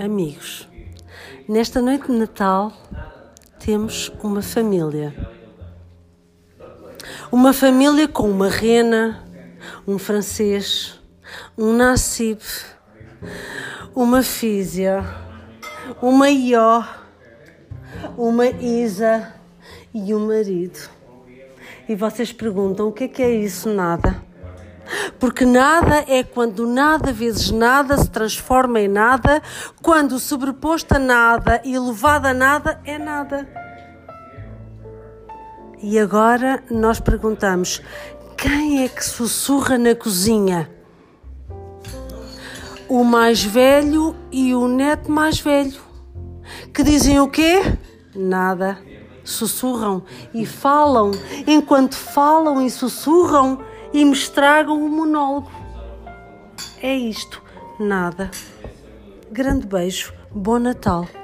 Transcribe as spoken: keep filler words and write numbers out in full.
Amigos, nesta noite de Natal temos uma família. Uma família com uma rena, um francês, um Nassib, uma Físia, uma Ió, uma Isa e um marido. E vocês perguntam, o que é que é isso? Nada. Porque nada é quando nada vezes nada se transforma em nada, quando sobreposto a nada e elevado a nada é nada. E agora nós perguntamos, quem é que sussurra na cozinha? O mais velho e o neto mais velho. Que dizem o quê? Nada. Sussurram e falam. Enquanto falam e sussurram e me estragam o monólogo. É isto. Nada. Grande beijo. Bom Natal.